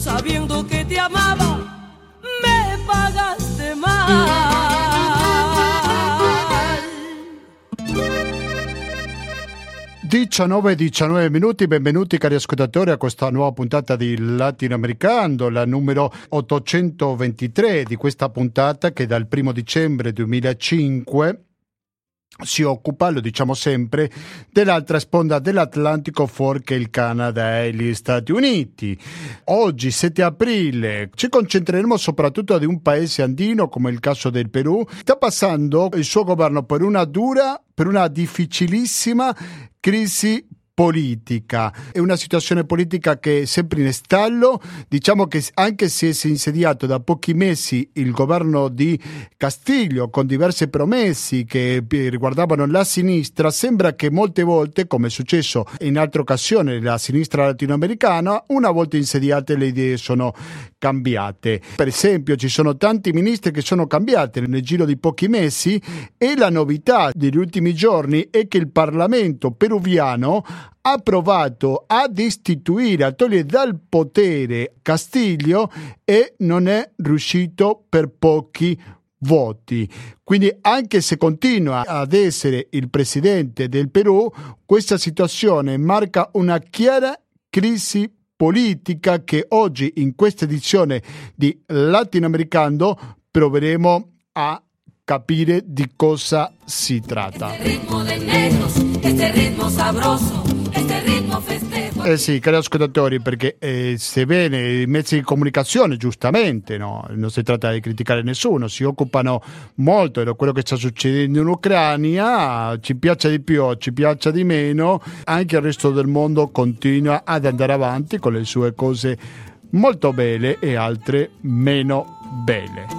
sabiendo que te amaba, me pagaste mal. 19 minuti, benvenuti cari ascoltatori a questa nuova puntata di Latinoamericano, la numero 823 di questa puntata che dal 1 dicembre 2005 si occupa, lo diciamo sempre, dell'altra sponda dell'Atlantico fuorché il Canada e gli Stati Uniti. Oggi, 7 aprile, ci concentreremo soprattutto di un paese andino come il caso del Perù. Sta passando il suo governo per una difficilissima crisi politica. È una situazione politica che è sempre in stallo. Diciamo che anche se si è insediato da pochi mesi il governo di Castillo con diverse promesse che riguardavano la sinistra, sembra che molte volte, come è successo in altre occasioni la sinistra latinoamericana, una volta insediate le idee sono cambiate. Per esempio ci sono tanti ministri che sono cambiati nel giro di pochi mesi e la novità degli ultimi giorni è che il Parlamento peruviano ha provato ad istituire, a togliere dal potere Castillo e non è riuscito per pochi voti. Quindi anche se continua ad essere il presidente del Perù, questa situazione marca una chiara crisi politica che oggi in questa edizione di Latinoamericano proveremo a capire di cosa si tratta. Este ritmo de negros, este ritmo sabroso, este ritmo festejo. Sì, cari ascoltatori, perché sebbene i mezzi di comunicazione, giustamente, no, non si tratta di criticare nessuno, si occupano molto di quello che sta succedendo in Ucraina, ci piaccia di più, ci piaccia di meno, anche il resto del mondo continua ad andare avanti con le sue cose molto belle e altre meno belle.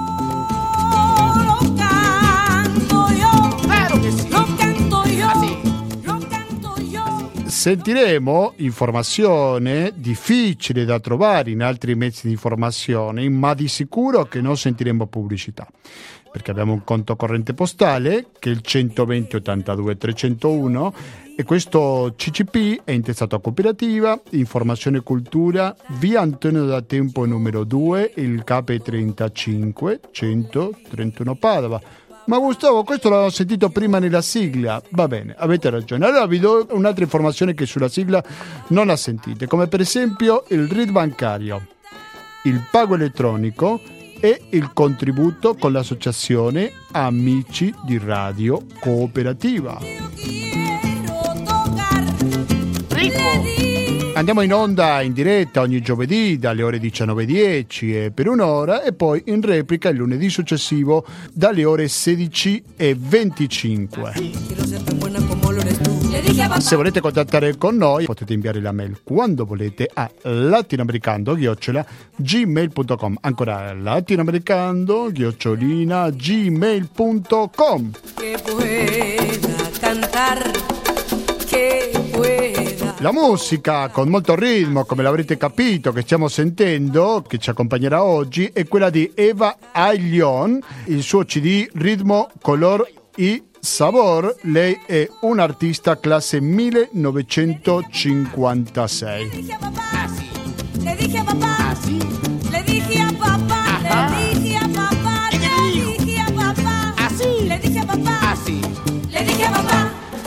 Sentiremo informazione difficile da trovare in altri mezzi di informazione, ma di sicuro che non sentiremo pubblicità, perché abbiamo un conto corrente postale che è il 120 82 301 e questo CCP è intestato a Cooperativa Informazione e Cultura, via Antonio da Tempo numero 2, il CAP 35 131 Padova. Ma Gustavo, questo l'ho sentito prima nella sigla. Va bene, avete ragione. Allora vi do un'altra informazione che sulla sigla non la sentite, come per esempio il RID bancario, il pago elettronico e il contributo con l'associazione Amici di Radio Cooperativa. Andiamo in onda in diretta ogni giovedì dalle ore 19:10 per un'ora e poi in replica il lunedì successivo dalle ore 16:25. Se volete contattare con noi potete inviare la mail quando volete a latinoamericando@gmail.com. Ancora latinoamericando@gmail.com. Que pueda cantar, que pueda. La musica con molto ritmo, come l'avrete capito, che stiamo sentendo, che ci accompagnerà oggi, è quella di Eva Ayllón, il suo CD Ritmo, Color y Sabor. Lei è un'artista classe 1956. Le dije a papá, le dije a papá, le dije a papá, le dije a papá, le dije a papá, le dije a papá.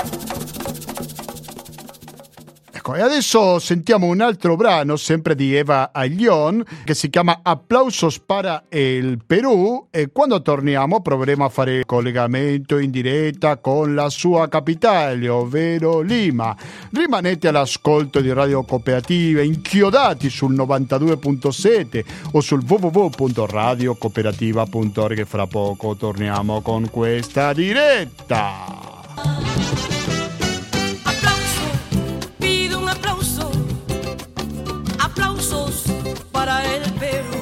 Ecco, e adesso sentiamo un altro brano, sempre di Eva Ayllón, che si chiama Aplausos para el Perú, e quando torniamo proveremo a fare il collegamento in diretta con la sua capitale, ovvero Lima. Rimanete all'ascolto di Radio Cooperativa, inchiodati sul 92.7 o sul www.radiocooperativa.org, che fra poco torniamo con questa diretta. Para el Perú,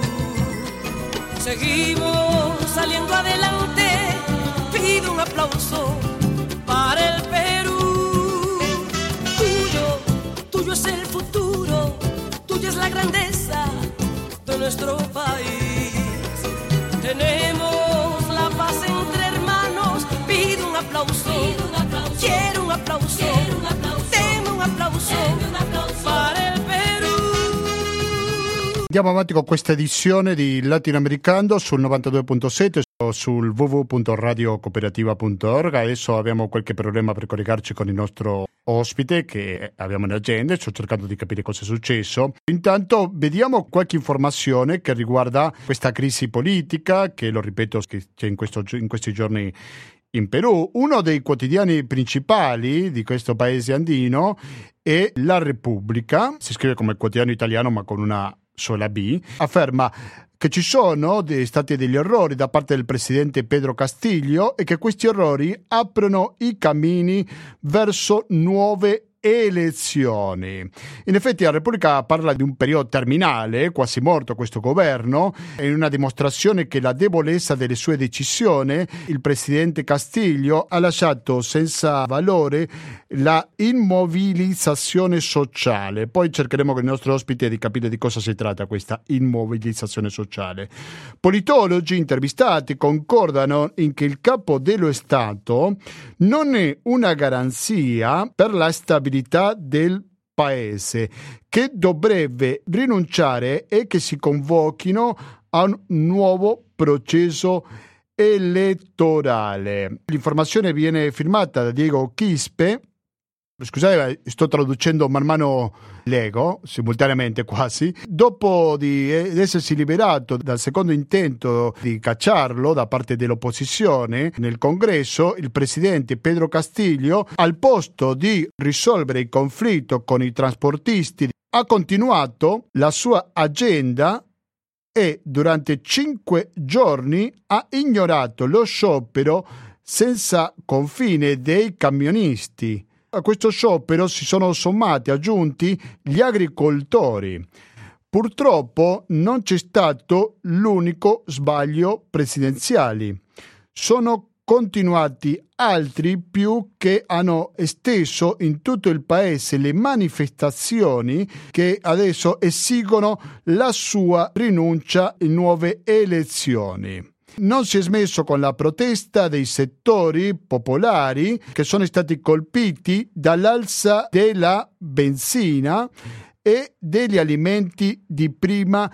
seguimos saliendo adelante, pido un aplauso para el Perú. Tuyo es el futuro, tuya es la grandeza de nuestro país. Tenemos la paz entre hermanos, pido un aplauso, quiero un aplauso, tengo un aplauso para el Perú. Andiamo avanti con questa edizione di Latinoamericano sul 92.7 o sul www.radiocooperativa.org. Adesso abbiamo qualche problema per collegarci con il nostro ospite che abbiamo in agenda, sto cercando di capire cosa è successo. Intanto vediamo qualche informazione che riguarda questa crisi politica che, lo ripeto, che c'è in questi giorni in Perù. Uno dei quotidiani principali di questo paese andino è La Repubblica, si scrive come quotidiano italiano ma con una sola B, afferma che ci sono stati degli errori da parte del presidente Pedro Castillo e che questi errori aprono i cammini verso nuove elezioni. In effetti la Repubblica parla di un periodo terminale, quasi morto questo governo, è una dimostrazione che la debolezza delle sue decisioni, il presidente Castillo ha lasciato senza valore la immobilizzazione sociale. Poi cercheremo con il nostro ospite di capire di cosa si tratta questa immobilizzazione sociale. Politologi intervistati concordano in che il capo dello Stato non è una garanzia per la stabilità del paese, che dovrebbe rinunciare e che si convochino a un nuovo processo elettorale. L'informazione viene firmata da Diego Quispe. Scusate, sto traducendo man mano, leggo simultaneamente quasi. Dopo di essersi liberato dal secondo intento di cacciarlo da parte dell'opposizione nel Congresso, il presidente Pedro Castillo, al posto di risolvere il conflitto con i trasportisti, ha continuato la sua agenda e durante 5 giorni ha ignorato lo sciopero senza confine dei camionisti. A questo sciopero si sono aggiunti gli agricoltori. Purtroppo non c'è stato l'unico sbaglio presidenziale. Sono continuati altri più che hanno esteso in tutto il paese le manifestazioni che adesso esigono la sua rinuncia in nuove elezioni. Non si è smesso con la protesta dei settori popolari che sono stati colpiti dall'alza della benzina e degli alimenti di prima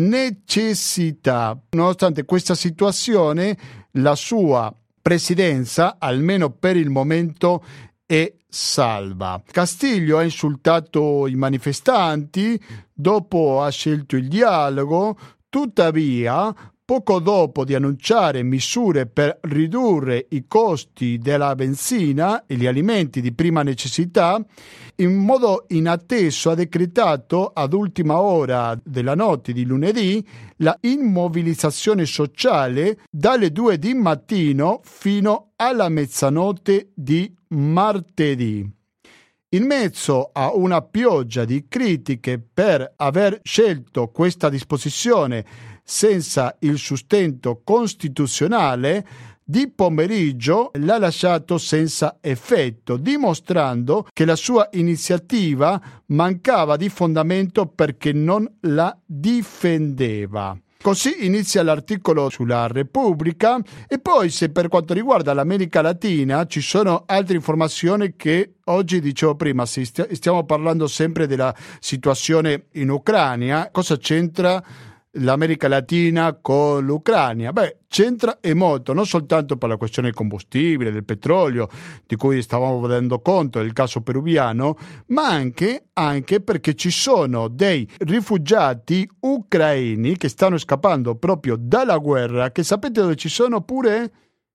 necessità. Nonostante questa situazione, la sua presidenza, almeno per il momento, è salva. Castillo ha insultato i manifestanti, dopo ha scelto il dialogo, tuttavia poco dopo di annunciare misure per ridurre i costi della benzina e gli alimenti di prima necessità, in modo inatteso ha decretato ad ultima ora della notte di lunedì la immobilizzazione sociale dalle 2 di mattino fino alla mezzanotte di martedì. In mezzo a una pioggia di critiche per aver scelto questa disposizione senza il sustento costituzionale, di pomeriggio l'ha lasciato senza effetto, dimostrando che la sua iniziativa mancava di fondamento perché non la difendeva. Così inizia l'articolo sulla Repubblica e poi, se per quanto riguarda l'America Latina, ci sono altre informazioni che oggi, dicevo prima, stiamo parlando sempre della situazione in Ucraina. Cosa c'entra l'America Latina con l'Ucraina? Beh, c'entra e molto, non soltanto per la questione del combustibile, del petrolio, di cui stavamo dando conto nel caso peruviano, ma anche perché ci sono dei rifugiati ucraini che stanno scappando proprio dalla guerra, che sapete dove ci sono pure?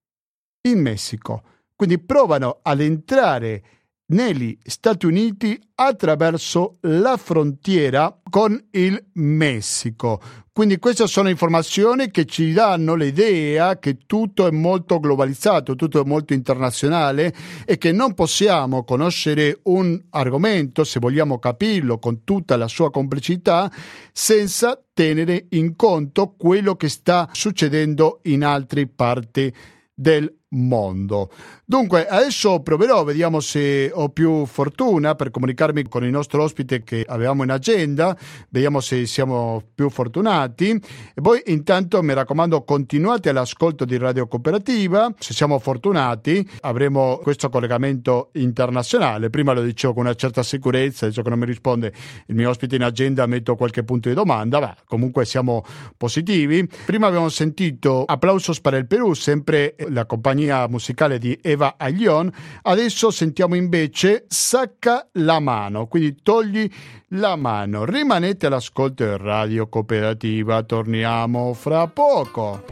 In Messico. Quindi provano ad entrare negli Stati Uniti attraverso la frontiera con il Messico. Quindi queste sono informazioni che ci danno l'idea che tutto è molto globalizzato, tutto è molto internazionale e che non possiamo conoscere un argomento, se vogliamo capirlo con tutta la sua complessità, senza tenere in conto quello che sta succedendo in altre parti del mondo. Dunque, adesso proverò, vediamo se ho più fortuna per comunicarmi con il nostro ospite che avevamo in agenda, vediamo se siamo più fortunati. E poi intanto mi raccomando, continuate all'ascolto di Radio Cooperativa, se siamo fortunati avremo questo collegamento internazionale. Prima lo dicevo con una certa sicurezza, adesso che non mi risponde il mio ospite in agenda metto qualche punto di domanda, ma comunque siamo positivi. Prima abbiamo sentito Applausos para el Perú, sempre la compagnia musicale di Eva Aglión. Adesso sentiamo invece Sacca la mano, quindi togli la mano. Rimanete all'ascolto di Radio Cooperativa, torniamo fra poco.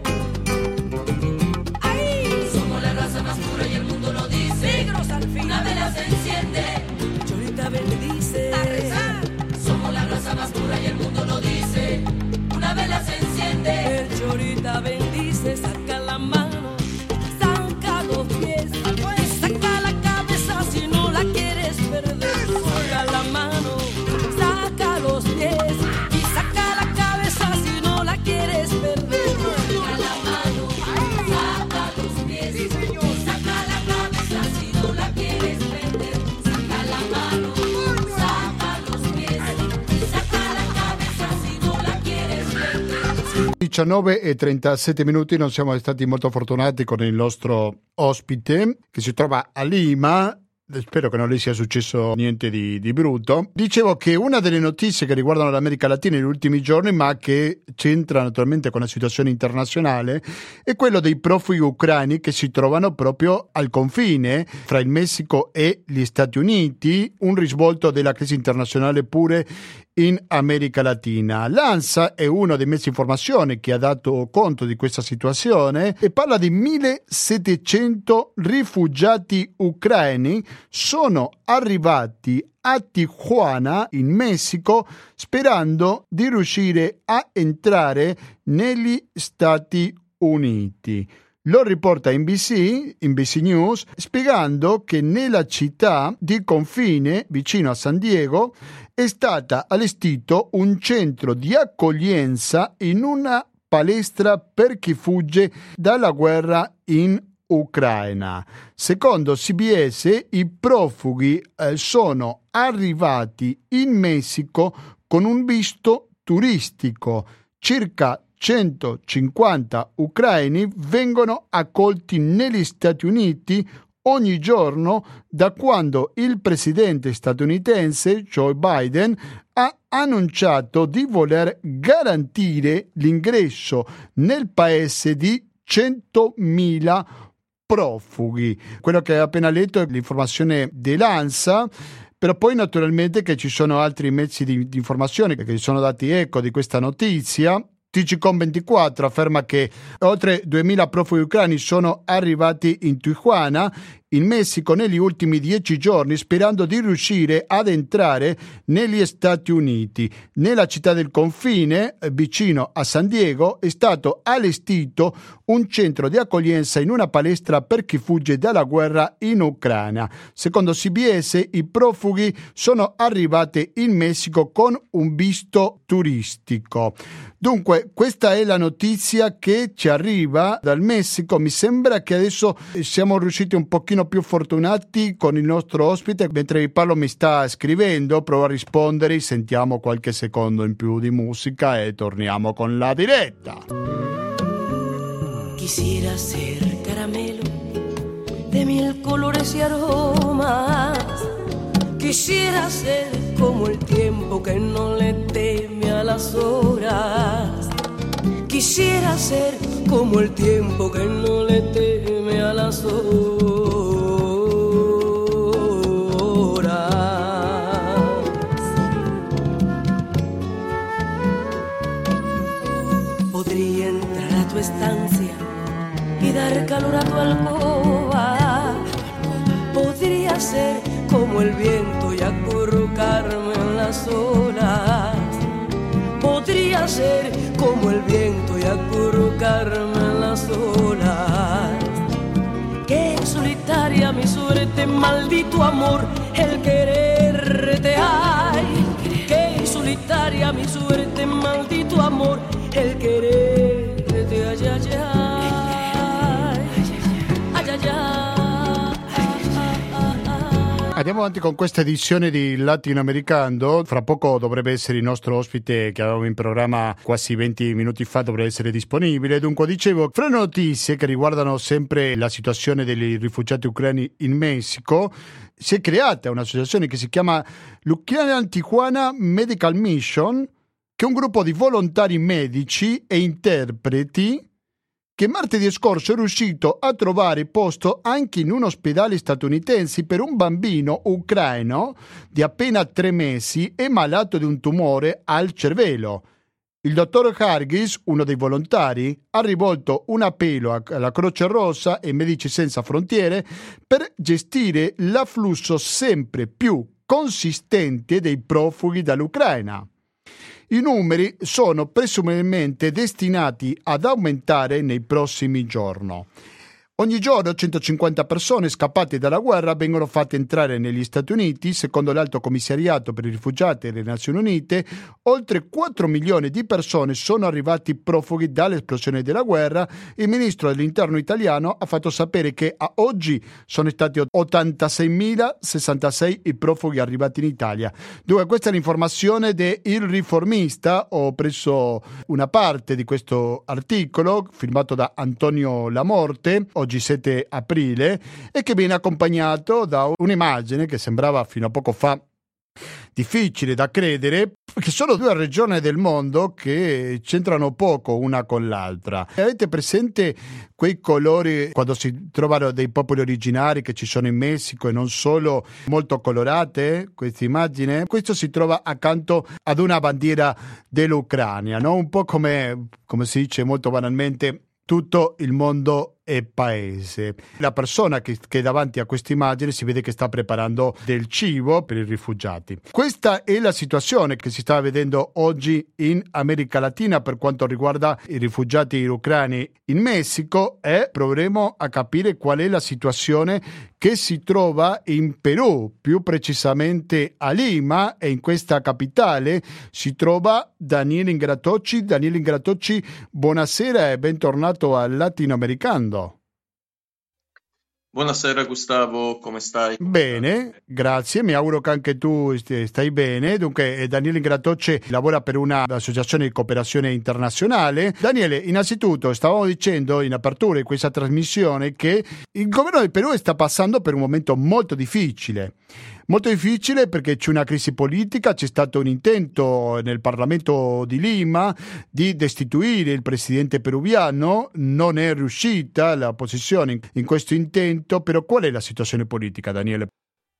Somos la raza más pura y el mundo lo dice. Negros al fin, una vela se enciende. Cholita bendice. Somos la raza más pura y el mundo lo dice. Una vela se enciende. El Cholita bendice, saca la mano, saca los pies, saca la cabeza si no la quieres perder. Saca la mano, saca los pies y saca la cabeza si no la quieres perder. Saca la mano, saca los pies, saca la cabeza si no la quieres perder. Saca la mano, saca los pies, saca la cabeza si no la quieres perder. 19:37 minuti, non siamo stati molto fortunati con il nostro ospite che si trova a Lima. Spero che non le sia successo niente di brutto. Dicevo che una delle notizie che riguardano l'America Latina negli ultimi giorni, ma che c'entra naturalmente con la situazione internazionale, è quello dei profughi ucraini che si trovano proprio al confine fra il Messico e gli Stati Uniti, un risvolto della crisi internazionale pure in America Latina. L'ANSA è uno dei mezzi di informazione che ha dato conto di questa situazione e parla di 1.700 rifugiati ucraini sono arrivati a Tijuana in Messico sperando di riuscire a entrare negli Stati Uniti. Lo riporta NBC News, spiegando che nella città di confine vicino a San Diego è stata allestito un centro di accoglienza in una palestra per chi fugge dalla guerra in Ucraina. Secondo CBS, i profughi sono arrivati in Messico con un visto turistico. Circa 150 ucraini vengono accolti negli Stati Uniti ogni giorno da quando il presidente statunitense Joe Biden ha annunciato di voler garantire l'ingresso nel paese di 100.000 profughi. Quello che hai appena letto è l'informazione dell'ANSA. Però poi naturalmente che ci sono altri mezzi di informazione che sono dati eco di questa notizia. TGCOM24 afferma che oltre 2.000 profughi ucraini sono arrivati in Tijuana, in Messico, negli ultimi 10 giorni, sperando di riuscire ad entrare negli Stati Uniti. Nella città del confine, vicino a San Diego, è stato allestito un centro di accoglienza in una palestra per chi fugge dalla guerra in Ucraina. Secondo CBS, i profughi sono arrivati in Messico con un visto turistico. Dunque, questa è la notizia che ci arriva dal Messico. Mi sembra che adesso siamo riusciti un pochino più fortunati con il nostro ospite. Mentre vi parlo mi sta scrivendo, provo a rispondere, sentiamo qualche secondo in più di musica e torniamo con la diretta. Quisiera ser caramelo de 1000 colores y aromas. Quisiera ser como el tiempo que no le teme a las horas. Quisiera ser como el tiempo que no le teme a las horas. Podría entrar a tu estancia y dar calor a tu alcoba. Podría ser como el viento y acurrucarme en las olas. Podría ser como el viento y acurrucarme en las olas. Qué solitaria mi suerte, maldito amor, el quererte, ay. Qué solitaria mi suerte, maldito amor, el quererte, ay, ay, ay. Ay, ay, andiamo avanti con questa edizione di Latinoamericano. Fra poco dovrebbe essere il nostro ospite che avevamo in programma quasi 20 minuti fa, dovrebbe essere disponibile. Dunque, dicevo, fra le notizie che riguardano sempre la situazione dei rifugiati ucraini in Messico, si è creata un'associazione che si chiama l'Ukrainian Tijuana Medical Mission, che è un gruppo di volontari medici e interpreti che martedì scorso è riuscito a trovare posto anche in un ospedale statunitense per un bambino ucraino di appena 3 mesi e malato di un tumore al cervello. Il dottor Hargis, uno dei volontari, ha rivolto un appello alla Croce Rossa e Medici Senza Frontiere per gestire l'afflusso sempre più consistente dei profughi dall'Ucraina. I numeri sono presumibilmente destinati ad aumentare nei prossimi giorni. Ogni giorno 150 persone scappate dalla guerra vengono fatte entrare negli Stati Uniti. Secondo l'Alto Commissariato per i Rifugiati delle Nazioni Unite, oltre 4 milioni di persone sono arrivati profughi dall'esplosione della guerra. Il ministro dell'Interno italiano ha fatto sapere che a oggi sono stati 86.066 i profughi arrivati in Italia. Dunque, questa è l'informazione de Il Riformista. Ho preso una parte di questo articolo firmato da Antonio Lamorte, oggi 7 aprile, e che viene accompagnato da un'immagine che sembrava fino a poco fa difficile da credere, che sono 2 regioni del mondo che c'entrano poco una con l'altra. Avete presente quei colori quando si trovano dei popoli originari che ci sono in Messico e non solo, molto colorate, questa immagine? Questo si trova accanto ad una bandiera dell'Ucraina, no? Un po' come si dice molto banalmente, tutto il mondo è paese. La persona che è davanti a questa immagine si vede che sta preparando del cibo per i rifugiati. Questa è la situazione che si sta vedendo oggi in America Latina per quanto riguarda i rifugiati ucraini in Messico, e proveremo a capire qual è la situazione che si trova in Perù, più precisamente a Lima, e in questa capitale si trova Daniele Ingratocci. Daniele Ingratocci, buonasera e bentornato al Latinoamericano. Buonasera Gustavo, come stai? Bene, grazie, mi auguro che anche tu stai bene. Dunque, Daniele Ingratocci lavora per un'associazione di cooperazione internazionale. Daniele, innanzitutto stavamo dicendo in apertura di questa trasmissione che il governo del Perù sta passando per un momento molto difficile perché c'è una crisi politica. C'è stato un intento nel Parlamento di Lima di destituire il presidente peruviano, non è riuscita l'opposizione in questo intento. Però qual è la situazione politica, Daniele?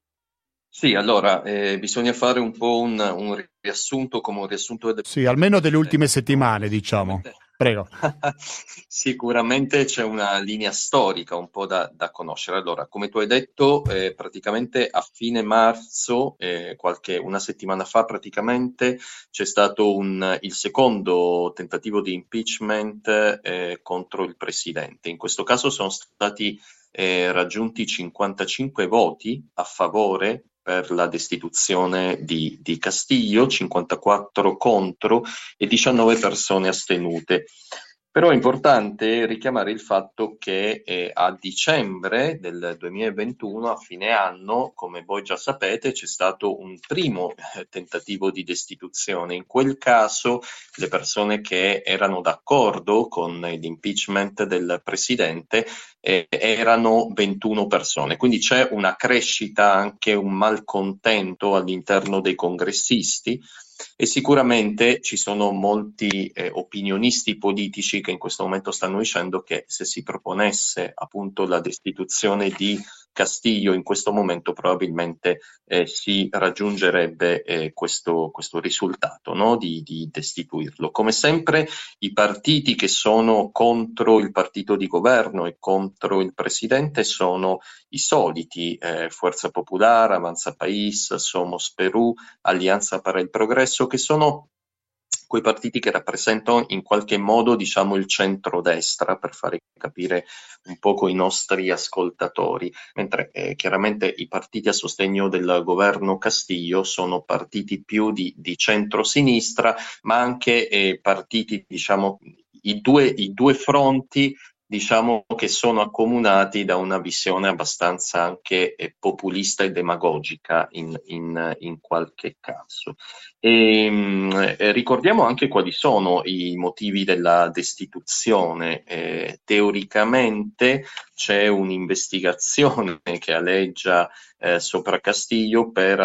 Sì, allora bisogna fare un po' un riassunto, come un riassunto Sì, almeno delle ultime settimane, diciamo. Prego. Sicuramente c'è una linea storica un po' da conoscere. Allora, come tu hai detto, praticamente a fine marzo, una settimana fa praticamente, c'è stato il secondo tentativo di impeachment contro il presidente. In questo caso sono stati raggiunti 55 voti a favore per la destituzione di Castillo, 54 contro e 19 persone astenute. Però è importante richiamare il fatto che a dicembre del 2021, a fine anno, come voi già sapete, c'è stato un primo tentativo di destituzione. In quel caso le persone che erano d'accordo con l'impeachment del presidente erano 21 persone, quindi c'è una crescita, anche un malcontento all'interno dei congressisti. E sicuramente ci sono molti opinionisti politici che in questo momento stanno dicendo che se si proponesse appunto la destituzione di Castillo in questo momento probabilmente si raggiungerebbe questo risultato, no? di destituirlo. Come sempre i partiti che sono contro il partito di governo e contro il presidente sono i soliti, Fuerza Popular, Avanza País, Somos Perú, Alianza para el Progresso, che sono quei partiti che rappresentano in qualche modo, diciamo, il centrodestra, per fare capire un poco i nostri ascoltatori, mentre chiaramente i partiti a sostegno del governo Castillo sono partiti più di centrosinistra, ma anche partiti, diciamo, i due fronti diciamo che sono accomunati da una visione abbastanza anche populista e demagogica in qualche caso. Ricordiamo anche quali sono i motivi della destituzione. Teoricamente c'è un'investigazione che aleggia sopra Castiglio per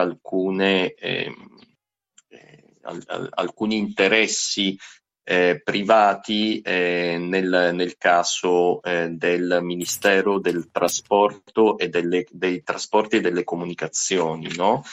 alcuni interessi privati nel caso del Ministero del Trasporto e dei Trasporti e delle Comunicazioni, no?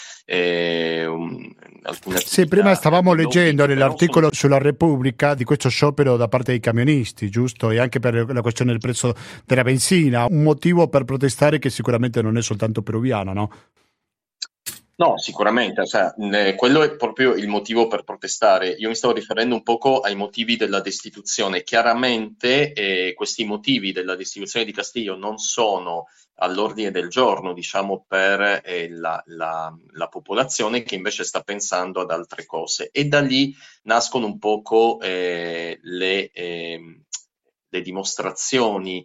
Sì, prima stavamo leggendo nell'articolo sono... sulla Repubblica di questo sciopero da parte dei camionisti, giusto? E anche per la questione del prezzo della benzina, un motivo per protestare che sicuramente non è soltanto peruviano, no? No, sicuramente, cioè, quello è proprio il motivo per protestare. Io mi stavo riferendo un poco ai motivi della destituzione. Chiaramente questi motivi della destituzione di Castiglio non sono all'ordine del giorno, diciamo, per la popolazione che invece sta pensando ad altre cose. E da lì nascono un poco le dimostrazioni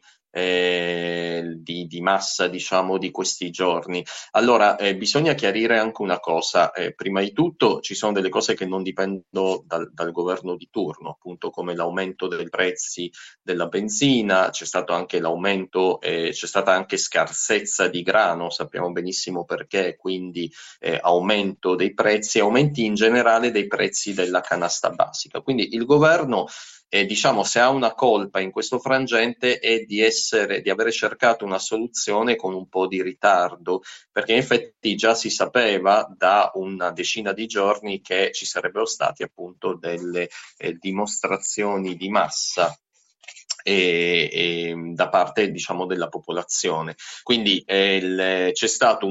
di massa, diciamo, di questi giorni. Allora, bisogna chiarire anche una cosa. Prima di tutto ci sono delle cose che non dipendono dal governo di turno, appunto come l'aumento dei prezzi della benzina, c'è stato anche l'aumento, c'è stata anche scarsezza di grano, sappiamo benissimo perché, quindi aumento dei prezzi, aumenti in generale dei prezzi della canasta basica. Quindi il governo diciamo, se ha una colpa in questo frangente è di avere cercato una soluzione con un po' di ritardo, perché in effetti già si sapeva da una decina di giorni che ci sarebbero stati appunto delle dimostrazioni di massa da parte, diciamo, della popolazione. Quindi c'è stato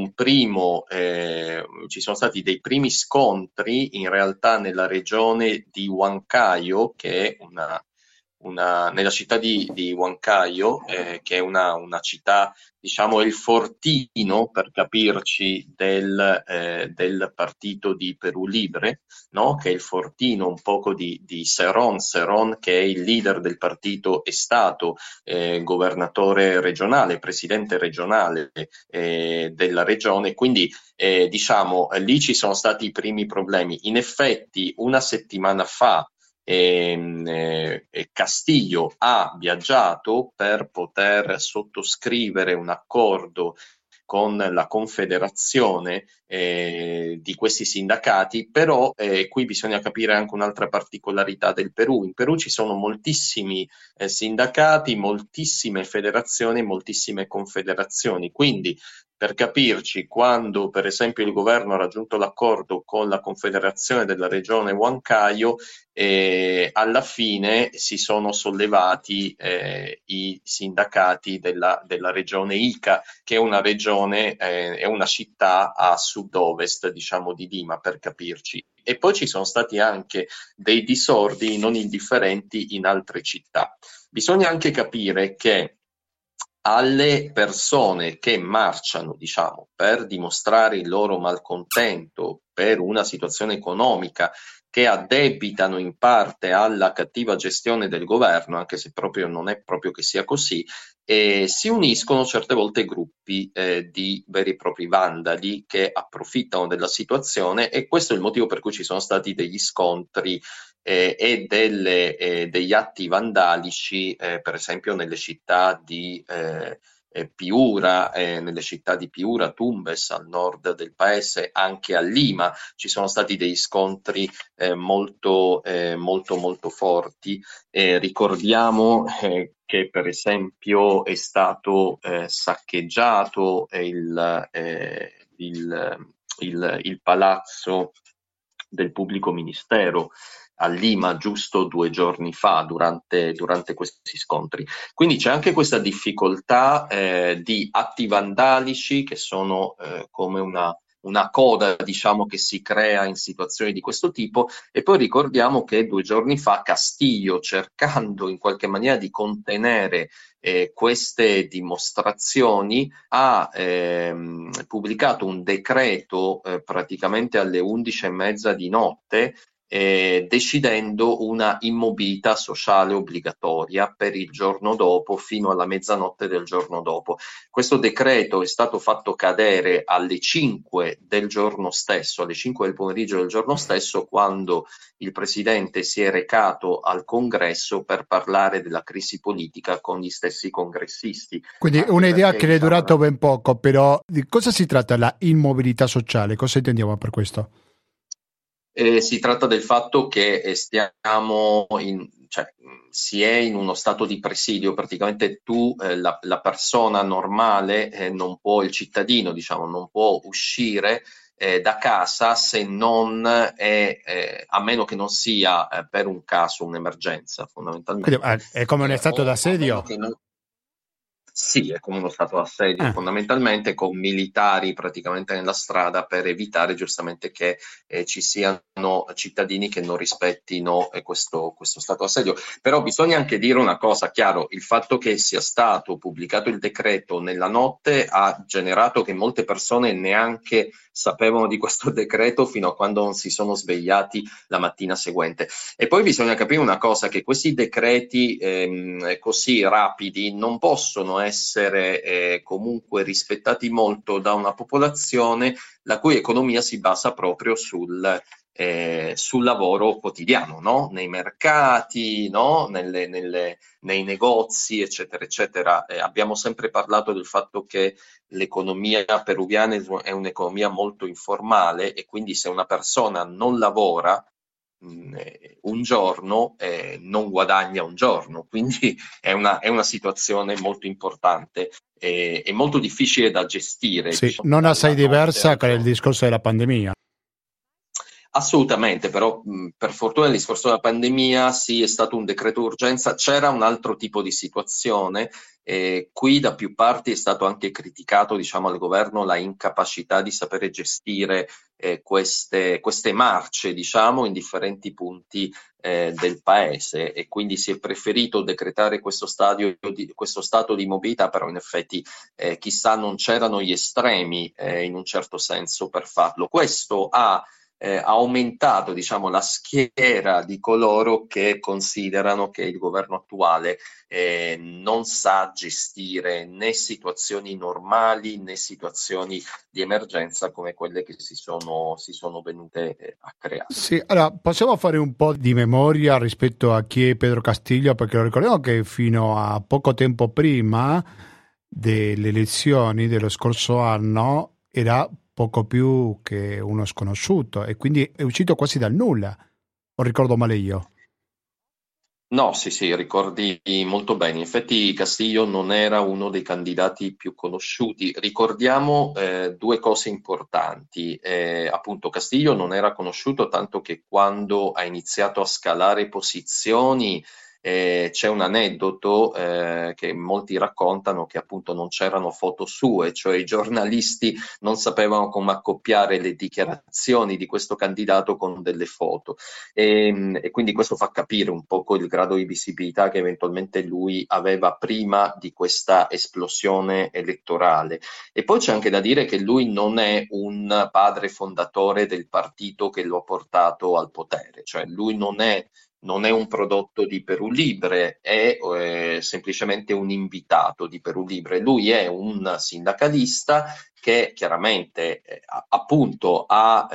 ci sono stati dei primi scontri in realtà nella regione di Huancayo, che è nella città di Huancayo, che è una città, diciamo, il fortino, per capirci, del partito di Perù Libre, no? Che è il fortino un poco di Cerón, che è il leader del partito, è stato governatore regionale, presidente regionale della regione, quindi diciamo lì ci sono stati i primi problemi. In effetti una settimana fa Castiglio ha viaggiato per poter sottoscrivere un accordo con la confederazione di questi sindacati, però qui bisogna capire anche un'altra particolarità del Perù. In Perù ci sono moltissimi sindacati, moltissime federazioni, moltissime confederazioni, quindi per capirci, quando per esempio il governo ha raggiunto l'accordo con la confederazione della regione Huancayo, alla fine si sono sollevati i sindacati della regione Ica, che è una regione, è una città a sud-ovest, diciamo, di Lima, per capirci. E poi ci sono stati anche dei disordini non indifferenti in altre città. Bisogna anche capire che alle persone che marciano, diciamo, per dimostrare il loro malcontento per una situazione economica che addebitano in parte alla cattiva gestione del governo, anche se proprio non è proprio che sia così, si uniscono certe volte gruppi di veri e propri vandali che approfittano della situazione, e questo è il motivo per cui ci sono stati degli scontri e degli atti vandalici, per esempio nelle città di Piura, nelle città di Piura, Tumbes, al nord del paese, anche a Lima ci sono stati dei scontri molto forti. Ricordiamo che per esempio è stato saccheggiato il palazzo del pubblico ministero a Lima giusto 2 giorni fa durante questi scontri. Quindi c'è anche questa difficoltà di atti vandalici che sono come una coda, diciamo, che si crea in situazioni di questo tipo. E poi ricordiamo che 2 giorni fa Castiglio, cercando in qualche maniera di contenere queste dimostrazioni, ha pubblicato un decreto praticamente alle 11:30 di notte, decidendo una immobilità sociale obbligatoria per il giorno dopo, fino alla mezzanotte del giorno dopo. Questo decreto è stato fatto cadere alle 5 del giorno stesso, alle 5 del pomeriggio del giorno stesso, quando il presidente si è recato al congresso per parlare della crisi politica con gli stessi congressisti. Quindi Anche un'idea perché, che le è diciamo, durato ben poco, però di cosa si tratta la immobilità sociale? Cosa intendiamo per questo? Si tratta del fatto che si è in uno stato di presidio, praticamente la persona normale non può, il cittadino diciamo, non può uscire da casa se non a meno che non sia per un caso, un'emergenza Quindi, fondamentalmente, è come un stato o a meno d'assedio? che non. Sì, è come uno stato d'assedio Ah. fondamentalmente, con militari praticamente nella strada per evitare giustamente che ci siano cittadini che non rispettino questo stato d'assedio. Però bisogna anche dire una cosa, chiaro, il fatto che sia stato pubblicato il decreto nella notte ha generato che molte persone neanche sapevano di questo decreto fino a quando non si sono svegliati la mattina seguente. E poi bisogna capire una cosa, che questi decreti così rapidi non possono essere comunque rispettati molto da una popolazione la cui economia si basa proprio sul lavoro quotidiano, no? Nei mercati, no? Nei negozi, eccetera, eccetera. Abbiamo sempre parlato del fatto che l'economia peruviana è un'economia molto informale, e quindi se una persona non lavora un giorno, non guadagna un giorno, quindi è una situazione molto importante e molto difficile da gestire, Sì, diciamo, non assai dalla notte diversa al con il giorno. discorso della pandemia. Assolutamente, però per fortuna nel discorso della pandemia sì, è stato un decreto d'urgenza, c'era un altro tipo di situazione, qui da più parti è stato anche criticato, diciamo, al governo la incapacità di sapere gestire queste marce, diciamo, in differenti punti del paese, e quindi si è preferito decretare questo stato di mobilità, però in effetti chissà, non c'erano gli estremi in un certo senso per farlo. Questo ha aumentato, diciamo, la schiera di coloro che considerano che il governo attuale non sa gestire né situazioni normali né situazioni di emergenza come quelle che si sono venute a creare. Sì, allora possiamo fare un po' di memoria rispetto a chi è Pedro Castillo, perché lo ricordiamo che fino a poco tempo prima delle elezioni dello scorso anno era poco più che uno sconosciuto e quindi è uscito quasi dal nulla, o ricordo male io? No, sì, sì, ricordi molto bene. In effetti Castillo non era uno dei candidati più conosciuti. Ricordiamo due cose importanti. Appunto, Castillo non era conosciuto tanto che quando ha iniziato a scalare posizioni c'è un aneddoto che molti raccontano, che appunto non c'erano foto sue, cioè i giornalisti non sapevano come accoppiare le dichiarazioni di questo candidato con delle foto. E quindi questo fa capire un poco il grado di visibilità che eventualmente lui aveva prima di questa esplosione elettorale. E poi c'è anche da dire che lui non è un padre fondatore del partito che lo ha portato al potere, cioè lui non è un prodotto di Perù Libre, è semplicemente un invitato di Perù Libre. Lui è un sindacalista che chiaramente appunto ha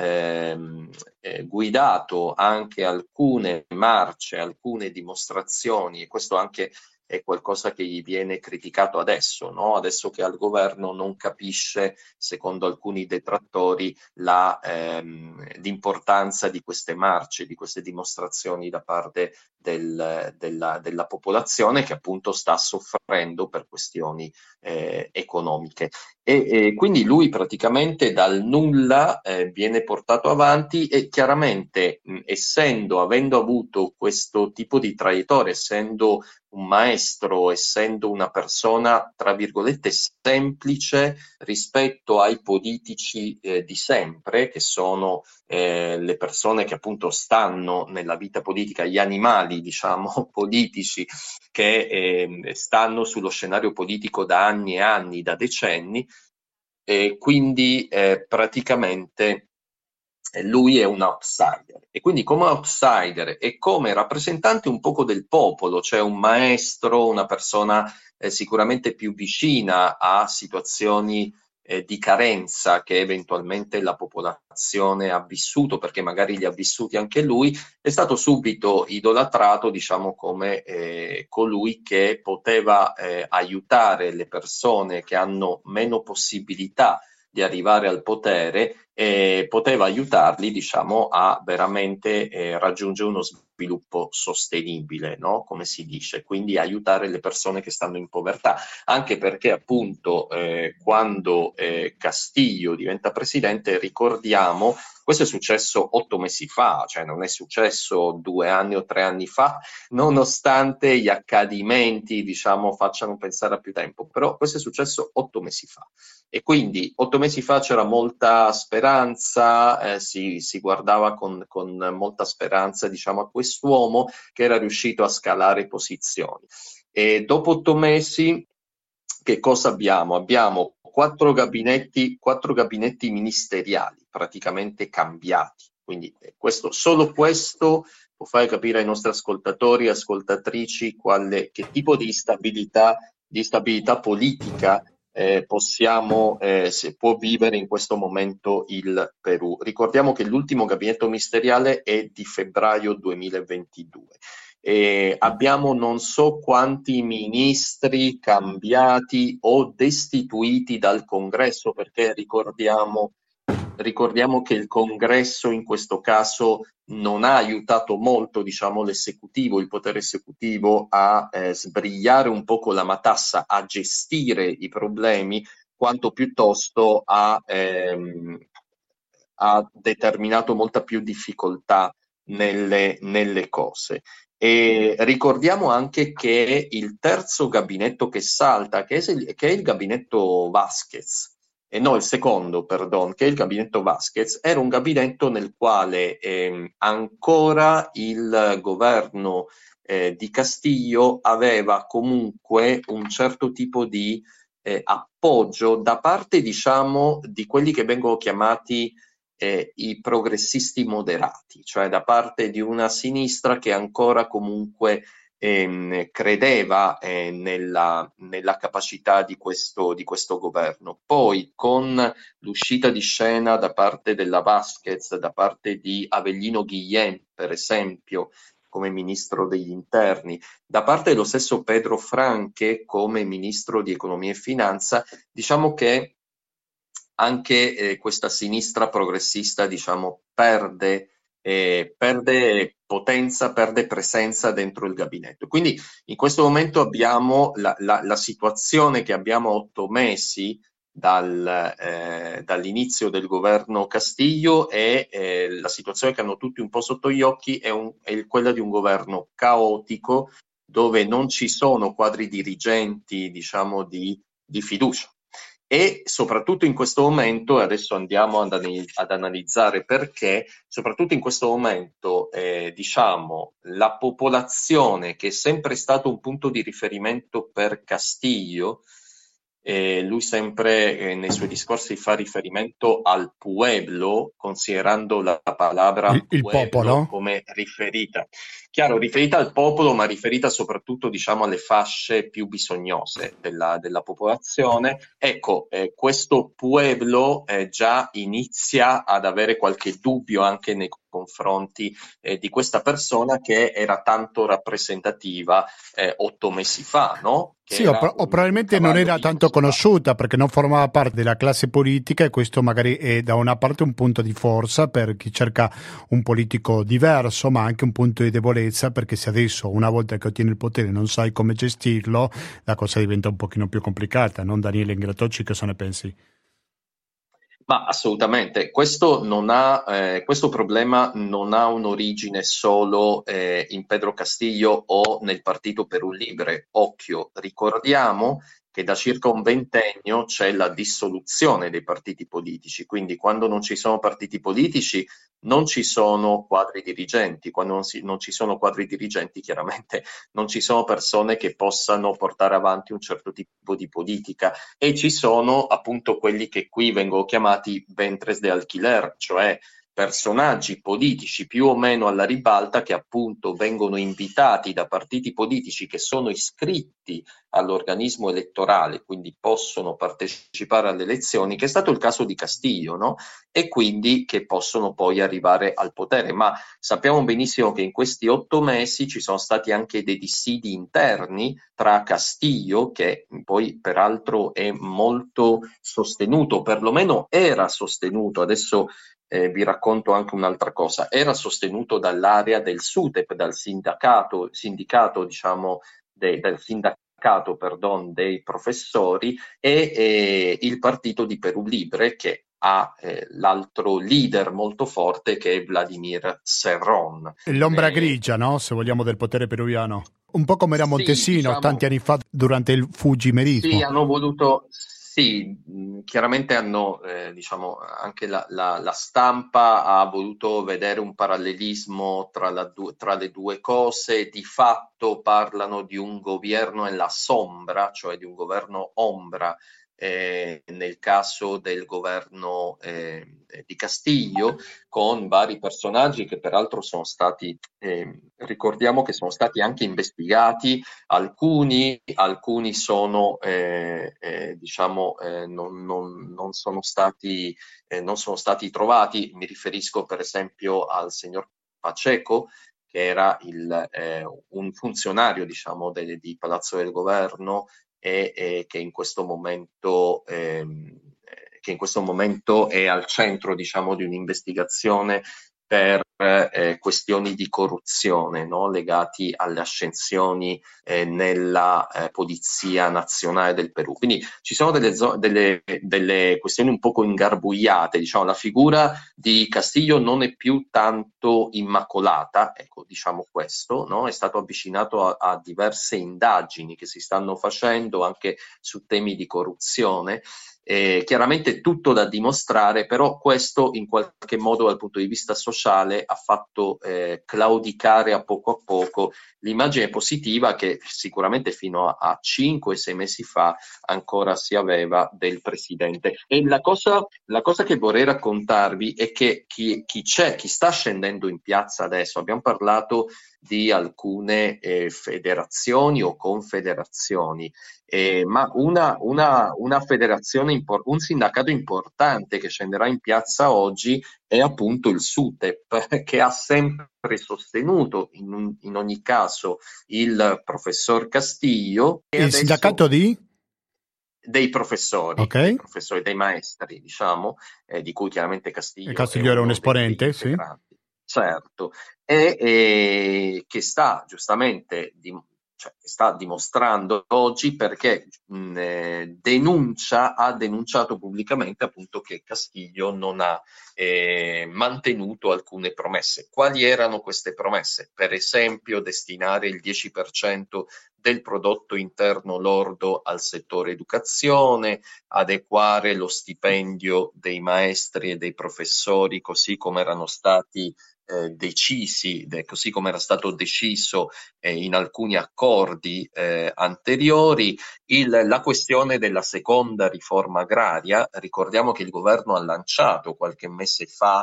guidato anche alcune marce, alcune dimostrazioni, e questo anche è qualcosa che gli viene criticato adesso, no? Adesso che al governo non capisce, secondo alcuni detrattori, l'importanza di queste marce, di queste dimostrazioni da parte della popolazione, che appunto sta soffrendo per questioni economiche. E quindi lui praticamente dal nulla viene portato avanti, e chiaramente avendo avuto questo tipo di traiettoria, essendo un maestro, essendo una persona tra virgolette semplice rispetto ai politici di sempre, che sono le persone che appunto stanno nella vita politica, gli animali diciamo politici che stanno sullo scenario politico da anni e anni, da decenni, e quindi praticamente lui è un outsider, e quindi come outsider e come rappresentante un poco del popolo, cioè un maestro, una persona sicuramente più vicina a situazioni di carenza che eventualmente la popolazione ha vissuto, perché magari li ha vissuti anche lui, è stato subito idolatrato, diciamo, come colui che poteva aiutare le persone che hanno meno possibilità di arrivare al potere, poteva aiutarli, diciamo, a veramente raggiungere uno sviluppo sostenibile, no? Come si dice, quindi aiutare le persone che stanno in povertà, anche perché appunto quando Castillo diventa presidente, ricordiamo, questo è successo 8 mesi fa, cioè non è successo 2 anni o 3 anni fa, nonostante gli accadimenti, diciamo, facciano pensare a più tempo, però questo è successo 8 mesi fa. E quindi 8 mesi fa c'era molta speranza, si guardava con molta speranza, diciamo, a quest'uomo che era riuscito a scalare posizioni. E dopo 8 mesi che cosa abbiamo? Abbiamo 4 gabinetti ministeriali praticamente cambiati. Quindi solo questo può fare capire ai nostri ascoltatori e ascoltatrici che tipo di stabilità politica se può vivere in questo momento il Perù. Ricordiamo che l'ultimo gabinetto ministeriale è di febbraio 2022. Abbiamo non so quanti ministri cambiati o destituiti dal Congresso, perché ricordiamo che il Congresso in questo caso non ha aiutato molto, diciamo, il potere esecutivo a sbrigliare un poco la matassa, a gestire i problemi, quanto piuttosto ha determinato molta più difficoltà nelle cose. E ricordiamo anche che il terzo gabinetto che salta, che è il gabinetto Vasquez, no, il secondo, perdon, che è il gabinetto Vasquez, era un gabinetto nel quale ancora il governo di Castillo aveva comunque un certo tipo di appoggio da parte, diciamo, di quelli che vengono chiamati i progressisti moderati, cioè da parte di una sinistra che ancora comunque credeva nella capacità di questo governo. Poi con l'uscita di scena da parte della Vasquez, da parte di Avellino Guillén, per esempio, come ministro degli interni, da parte dello stesso Pedro Franque come ministro di economia e finanza, diciamo che anche questa sinistra progressista, diciamo, perde potenza, perde presenza dentro il gabinetto. Quindi in questo momento abbiamo la situazione che abbiamo 8 mesi dall'inizio del governo Castillo, e la situazione che hanno tutti un po' sotto gli occhi è quella di un governo caotico, dove non ci sono quadri dirigenti, diciamo, di fiducia. E soprattutto in questo momento, e adesso andiamo ad analizzare perché, soprattutto in questo momento, diciamo, la popolazione, che è sempre stato un punto di riferimento per Castillo, lui sempre nei suoi discorsi fa riferimento al pueblo, considerando la parola Il popolo? come riferita. Chiaro, riferita al popolo, ma riferita soprattutto, diciamo, alle fasce più bisognose della popolazione. Ecco, questo pueblo già inizia ad avere qualche dubbio anche nei confronti di questa persona che era tanto rappresentativa 8 mesi fa, no? Sì, o probabilmente non era tanto conosciuta perché non formava parte della classe politica, e questo magari è da una parte un punto di forza per chi cerca un politico diverso, ma anche un punto di debolezza, perché se adesso, una volta che ottieni il potere, non sai come gestirlo, la cosa diventa un pochino più complicata, non? Daniele Ingratocci, cosa ne pensi? Ma assolutamente, questo problema non ha un'origine solo in Pedro Castillo o nel Partito Perú Libre. Occhio, ricordiamo che da circa un ventennio c'è la dissoluzione dei partiti politici, quindi quando non ci sono partiti politici non ci sono quadri dirigenti, quando non ci sono quadri dirigenti chiaramente non ci sono persone che possano portare avanti un certo tipo di politica, e ci sono appunto quelli che qui vengono chiamati ventres de alquiler, cioè personaggi politici più o meno alla ribalta che appunto vengono invitati da partiti politici che sono iscritti all'organismo elettorale, quindi possono partecipare alle elezioni, che è stato il caso di Castiglio, no? E quindi che possono poi arrivare al potere. Ma sappiamo benissimo che in questi 8 mesi ci sono stati anche dei dissidi interni tra Castiglio, che poi peraltro è molto sostenuto, perlomeno era sostenuto, adesso vi racconto anche un'altra cosa, era sostenuto dall'area del SUTEP, dal sindacato diciamo, del sindacato dei professori e il partito di Perù Libre, che ha l'altro leader molto forte che è Vladimir Cerrón. L'ombra grigia, no? Se vogliamo, del potere peruviano. Un po' come era Sì, Montesino diciamo, tanti anni fa durante il Fujimerismo. sì, hanno voluto, sì, chiaramente hanno, diciamo, anche la stampa ha voluto vedere un parallelismo tra le due cose, di fatto parlano di un governo nella sombra, cioè di un governo ombra, nel caso del governo di Castiglio, con vari personaggi che peraltro sono stati, ricordiamo che sono stati anche investigati. Alcuni sono, diciamo, non sono stati trovati. Mi riferisco per esempio al signor Pacheco, che era un funzionario, diciamo, di Palazzo del Governo e che in questo momento è al centro, diciamo, di un'investigazione per questioni di corruzione, no? Legati alle ascensioni nella Polizia Nazionale del Perù. Quindi ci sono delle questioni un poco ingarbugliate, diciamo, la figura di Castiglio non è più tanto immacolata, ecco, diciamo questo, no? È stato avvicinato a diverse indagini che si stanno facendo anche su temi di corruzione. Chiaramente tutto da dimostrare, però questo in qualche modo dal punto di vista sociale ha fatto claudicare a poco l'immagine positiva che sicuramente fino a 5-6 mesi fa ancora si aveva del presidente. E la cosa che vorrei raccontarvi è che chi sta scendendo in piazza adesso, abbiamo parlato di alcune federazioni o confederazioni, ma una federazione, un sindacato importante che scenderà in piazza oggi è appunto il SUTEP, che ha sempre sostenuto in ogni caso il professor Castiglio. E Il sindacato di? Dei professori, Ok. dei maestri, diciamo, di cui chiaramente E Castiglio è Castiglione era un uno degli esponente, sì. integranti. Certo, e che sta giustamente sta dimostrando oggi perché ha denunciato pubblicamente appunto che Castiglio non ha mantenuto alcune promesse. Quali erano queste promesse? Per esempio destinare il 10% del prodotto interno lordo al settore educazione, adeguare lo stipendio dei maestri e dei professori così come erano stati decisi, così come era stato deciso in alcuni accordi anteriori. La questione della seconda riforma agraria, ricordiamo che il governo ha lanciato qualche mese fa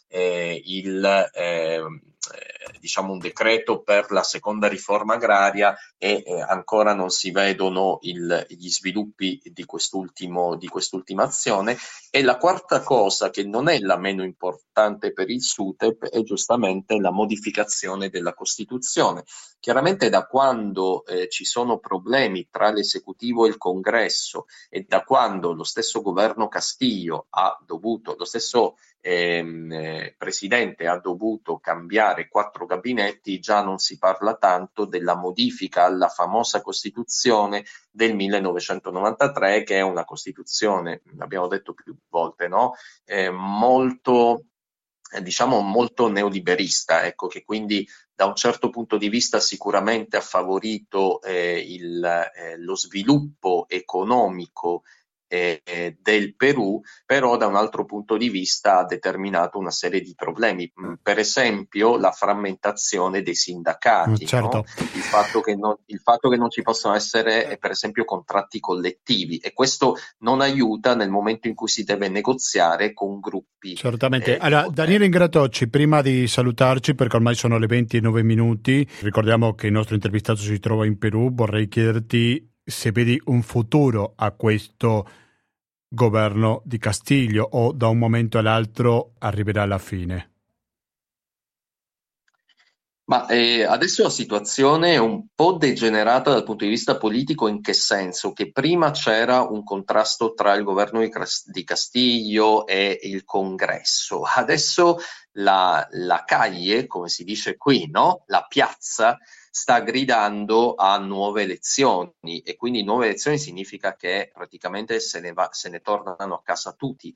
diciamo un decreto per la seconda riforma agraria e ancora non si vedono gli sviluppi di quest'ultima azione. E la quarta cosa, che non è la meno importante per il SUTEP, è giustamente la modificazione della Costituzione. Chiaramente da quando ci sono problemi tra l'esecutivo e il Congresso e da quando lo stesso governo Castiglio lo stesso presidente ha dovuto cambiare 4 gabinetti, già non si parla tanto della modifica alla famosa Costituzione del 1993, che è una Costituzione, l'abbiamo detto più volte, no? Molto neoliberista, ecco, che quindi da un certo punto di vista sicuramente ha favorito lo sviluppo economico del Perù, però da un altro punto di vista ha determinato una serie di problemi, per esempio la frammentazione dei sindacati, certo. no? Il fatto che non ci possono essere per esempio contratti collettivi, e questo non aiuta nel momento in cui si deve negoziare con gruppi. Certamente. Allora, Daniele Ingratocci, prima di salutarci, perché ormai sono le 20:09, ricordiamo che il nostro intervistato si trova in Perù, vorrei chiederti se vedi un futuro a questo governo di Castiglio o da un momento all'altro arriverà alla fine. Ma adesso la situazione è un po' degenerata dal punto di vista politico, in che senso? Che prima c'era un contrasto tra il governo di Castiglio e il Congresso, adesso la calle, come si dice qui, no? La piazza sta gridando a nuove elezioni, e quindi nuove elezioni significa che praticamente se ne tornano a casa tutti,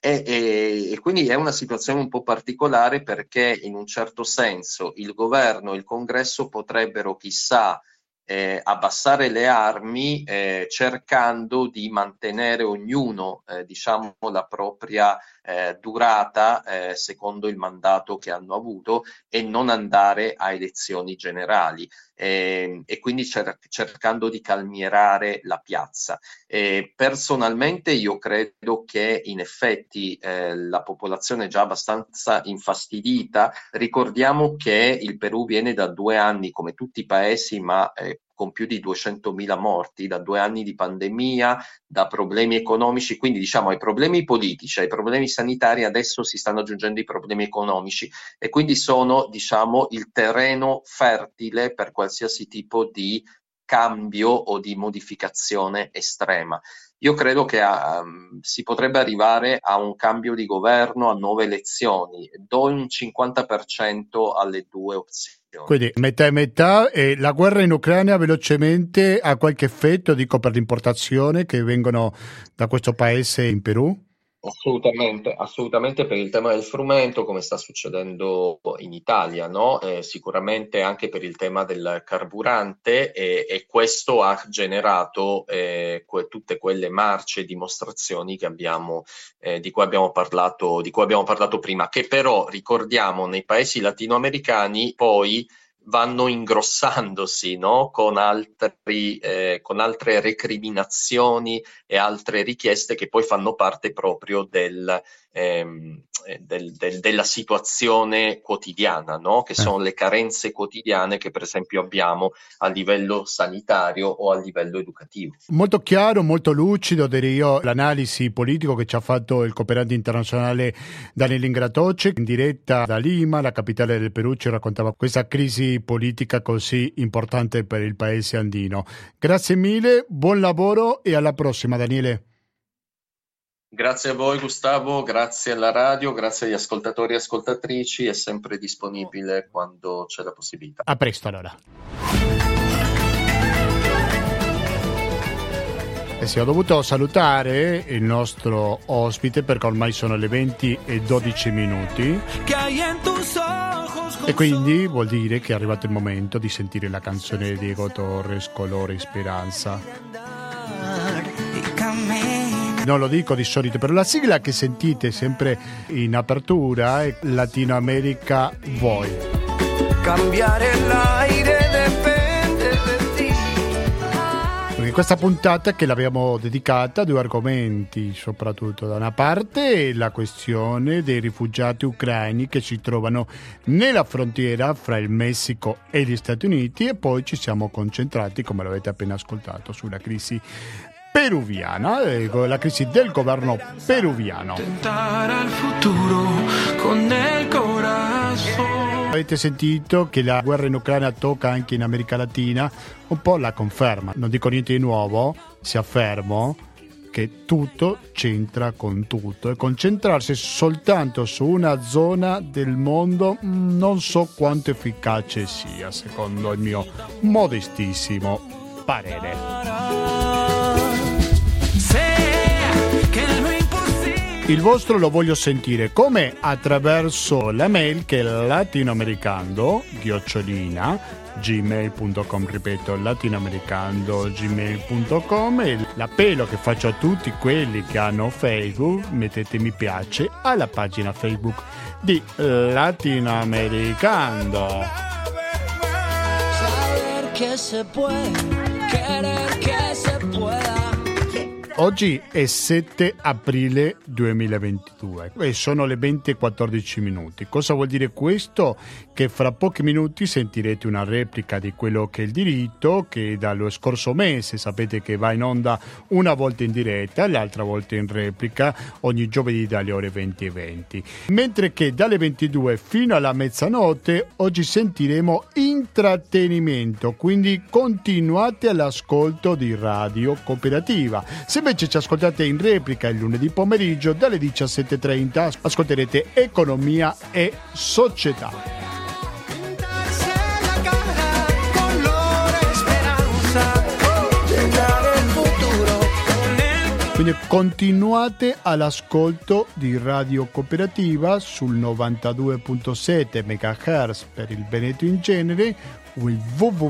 e quindi è una situazione un po' particolare, perché in un certo senso il governo e il Congresso potrebbero, chissà, abbassare le armi, cercando di mantenere ognuno diciamo la propria durata secondo il mandato che hanno avuto, e non andare a elezioni generali, e quindi cercando di calmierare la piazza. Personalmente io credo che in effetti la popolazione è già abbastanza infastidita. Ricordiamo che il Perù viene da 2 anni, come tutti i paesi, ma con più di 200.000 morti, da 2 anni di pandemia, da problemi economici, quindi diciamo ai problemi politici, ai problemi sanitari adesso si stanno aggiungendo i problemi economici, e quindi sono, diciamo, il terreno fertile per qualsiasi tipo di cambio o di modificazione estrema. Io credo che si potrebbe arrivare a un cambio di governo, a nuove elezioni. Do un 50% alle due opzioni. Quindi metà e metà. E la guerra in Ucraina velocemente ha qualche effetto, dico, per l'importazione che vengono da questo paese in Perù? Assolutamente per il tema del frumento, come sta succedendo in Italia, no? Sicuramente anche per il tema del carburante, e questo ha generato tutte quelle marce e dimostrazioni che di cui abbiamo parlato prima, che però ricordiamo nei paesi latinoamericani poi vanno ingrossandosi, no? Con altre recriminazioni e altre richieste che poi fanno parte proprio della situazione quotidiana, no? Che sono le carenze quotidiane che per esempio abbiamo a livello sanitario o a livello educativo. Molto chiaro, molto lucido, direi io, l'analisi politico che ci ha fatto il cooperante internazionale Daniele Ingratocci in diretta da Lima, la capitale del Perù. Ci raccontava questa crisi politica così importante per il paese andino. Grazie mille, buon lavoro e alla prossima, Daniele. Grazie a voi Gustavo, grazie alla radio, grazie agli ascoltatori e ascoltatrici, è sempre disponibile quando c'è la possibilità. A presto allora. E sì, ho dovuto salutare il nostro ospite perché ormai sono le 20:12 e quindi vuol dire che è arrivato il momento di sentire la canzone di Diego Torres, Colore Speranza. Non lo dico di solito, però la sigla che sentite sempre in apertura è Latino America Voi. Cambiare l'aire dipende da te. Perché questa puntata che l'abbiamo dedicata a 2 argomenti, soprattutto da una parte la questione dei rifugiati ucraini che si trovano nella frontiera fra il Messico e gli Stati Uniti, e poi ci siamo concentrati, come l'avete appena ascoltato, sulla crisi peruviana, la crisi del governo peruviano. Avete sentito che la guerra in Ucraina tocca anche in America Latina, un po' la conferma. Non dico niente di nuovo, se affermo che tutto c'entra con tutto, e concentrarsi soltanto su una zona del mondo non so quanto efficace sia, secondo il mio modestissimo parere. Il vostro lo voglio sentire come attraverso la mail che è latinoamericano latinoamericando@gmail.com, ripeto, latinoamericando@gmail.com. E l'appello che faccio a tutti quelli che hanno Facebook: mettete mi piace alla pagina Facebook di Latinoamericando. Saber que se puede, querer que se pueda. Oggi è 7 aprile 2022 e sono le 20:14. Cosa vuol dire questo? Che fra pochi minuti sentirete una replica di quello che è il diritto, che dallo scorso mese sapete che va in onda una volta in diretta e l'altra volta in replica ogni giovedì dalle ore 20:20. Mentre che dalle 22 fino alla mezzanotte oggi sentiremo intrattenimento, quindi continuate all'ascolto di Radio Cooperativa. Se invece ci ascoltate in replica il lunedì pomeriggio dalle 17:30 ascolterete Economia e Società. Quindi continuate all'ascolto di Radio Cooperativa sul 92.7 MHz per il Veneto in genere o il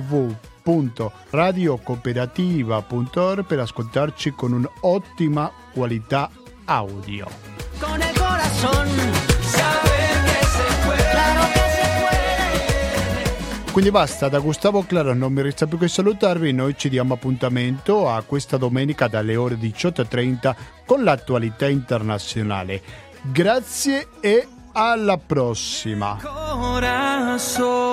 www.radiocooperativa.org per ascoltarci con un'ottima qualità audio. Con el corazón, saber que se puede, claro que se puede. Quindi basta, da Gustavo Claro non mi resta più che salutarvi. Noi ci diamo appuntamento a questa domenica dalle ore 18:30 con l'attualità internazionale. Grazie e alla prossima. Corazón.